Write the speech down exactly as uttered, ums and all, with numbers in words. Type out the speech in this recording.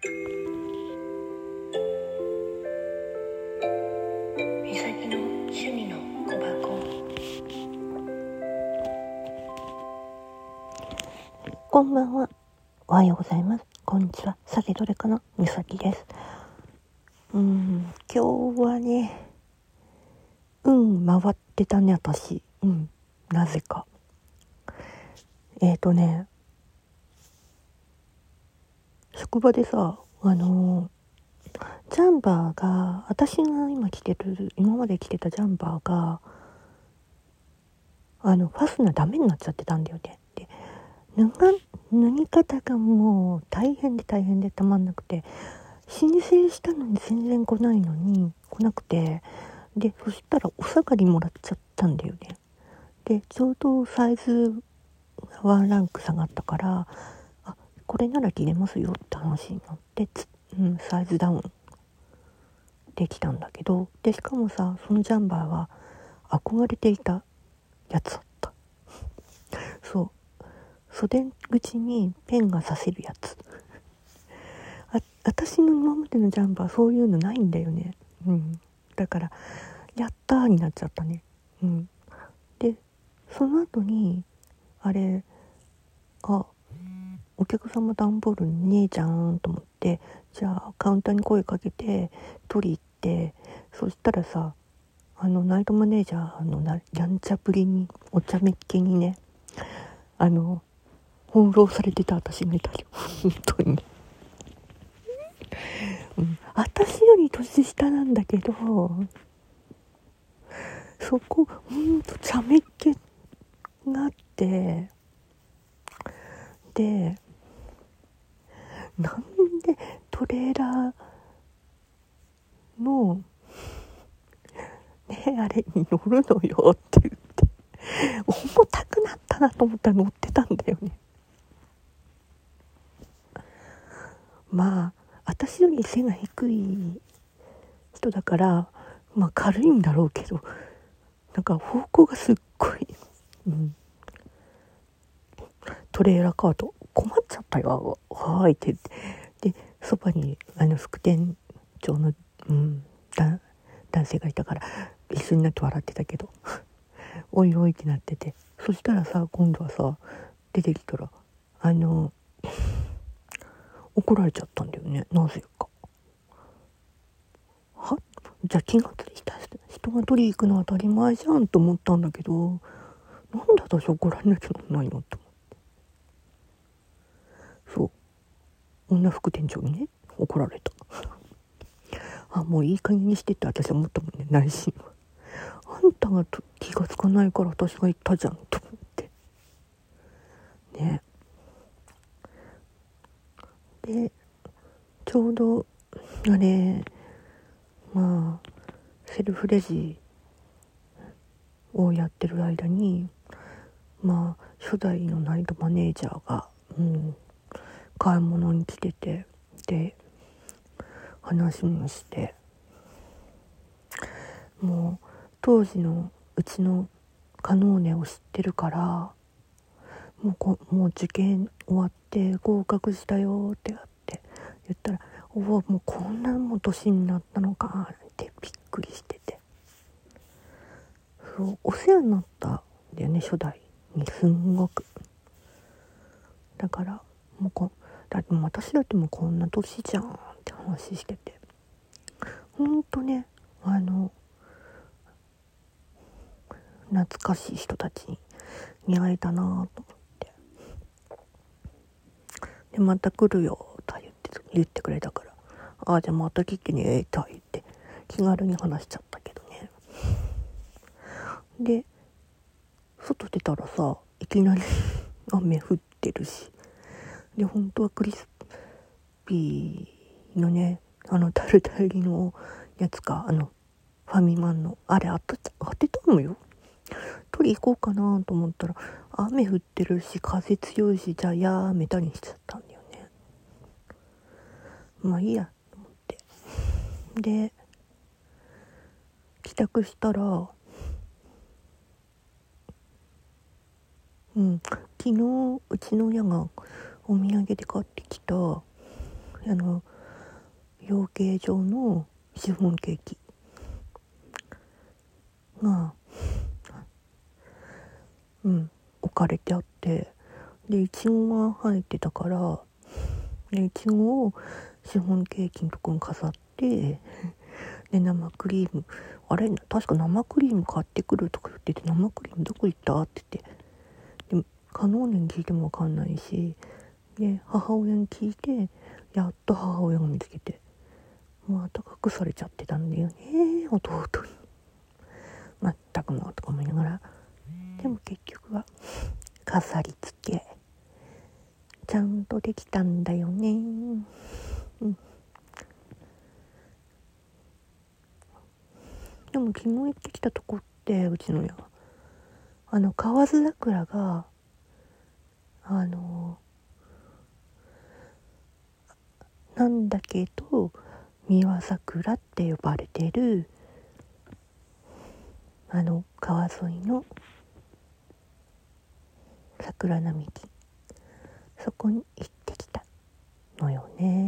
みさきの趣味の小箱。こんばんは。おはようございます。こんにちは。さてどれかな、みさきです。うーん今日はね、うん回ってたね私。うんなぜかえーとね職場でさ、あのー、ジャンバーが、私が今着てる今まで着てたジャンバーがあのファスナーダメになっちゃってたんだよね。で脱が脱ぎ方がもう大変で大変でたまんなくて、申請したのに全然来ないのに来なくて、でそしたらお下がりもらっちゃったんだよね。でちょうどサイズワンランク下がったから、あこれなら着れますよって話になってつ、うん、サイズダウンできたんだけど、でしかもさ、そのジャンバーは憧れていたやつだった。そう袖口にペンが刺せるやつ。あ私の今までのジャンバーそういうのないんだよね。うん、だからやったーになっちゃったね。うん、でその後にあれあお客様段ボールにねえじゃんと思って、じゃあカウンターに声かけて取り行って、そしたらさ、あのナイトマネージャーのなやんちゃぶりにお茶目っ気にね、あの翻弄されてた私がいたよ本当に、うん、私より年下なんだけど、そこほんと茶目っ気があって、でなんでトレーラーのねあれに乗るのよって言って、重たくなったなと思ったら乗ってたんだよね。まあ私より背が低い人だからまあ軽いんだろうけど、なんか方向がすっごい、うん、トレーラーカート困っちゃったよはーいって言って、でそばにあの副店長の、うん、だ男性がいたから一緒になって笑ってたけどおいおいってなってて、そしたらさ今度はさ出てきたらあの怒られちゃったんだよね、なぜか。はじゃあ気がついた人が取り行くのは当たり前じゃんと思ったんだけど、なんで私怒られなきゃなんないのって思って、そう女副店長にね怒られたあもういい加減にしてって私は思ったもんね、内心は。あんたが気がつかないから私が言ったじゃんと思ってね。でちょうどあれまあセルフレジをやってる間に、まあ初代のナイトマネージャーが、うん、買い物に来てて、で話もして、もう当時のうちのカノーネを知ってるから、もうこもう受験終わって合格したよってやって言ったら、おおもうこんなもう年になったのかってびっくりしてて、そうお世話になったんだよね初代にすんごく。だからもうこだってもう私だってもうこんな年じゃんって話してて、ほんとねあの懐かしい人たちに見会えたなと思って、でまた来るよと言って言ってくれたから、ああじゃあまた来てねと言って気軽に話しちゃったけどね。で外出たらさいきなり雨降ってるし、で本当はクリスピーのねあのタルタルのやつか、あのファミマンのあれ当てた当てたのよ。取り行こうかなと思ったら雨降ってるし風強いし、じゃあやめたにしちゃったんだよね。まあいいやと思って、で帰宅したら、うん昨日うちの親がお土産で買ってきたあの養鶏場のシフォンケーキがうん置かれてあって、でいちごが入ってたから、でいちごをシフォンケーキのとこに飾って、で生クリーム、あれ確か生クリーム買ってくるとか言ってて、生クリームどこ行ったって言って、でカノーネに聞いても分かんないし、で母親に聞いてやっと母親が見つけて、また隠されちゃってたんだよね、弟に。まったくもとか思いながら、でも結局は飾り付けちゃんとできたんだよね。うん。でも昨日行ってきたとこって、うちの親はあの河津桜があのなんだけど三輪桜って呼ばれてるあの川沿いの桜並木、そこに行ってきたのよね。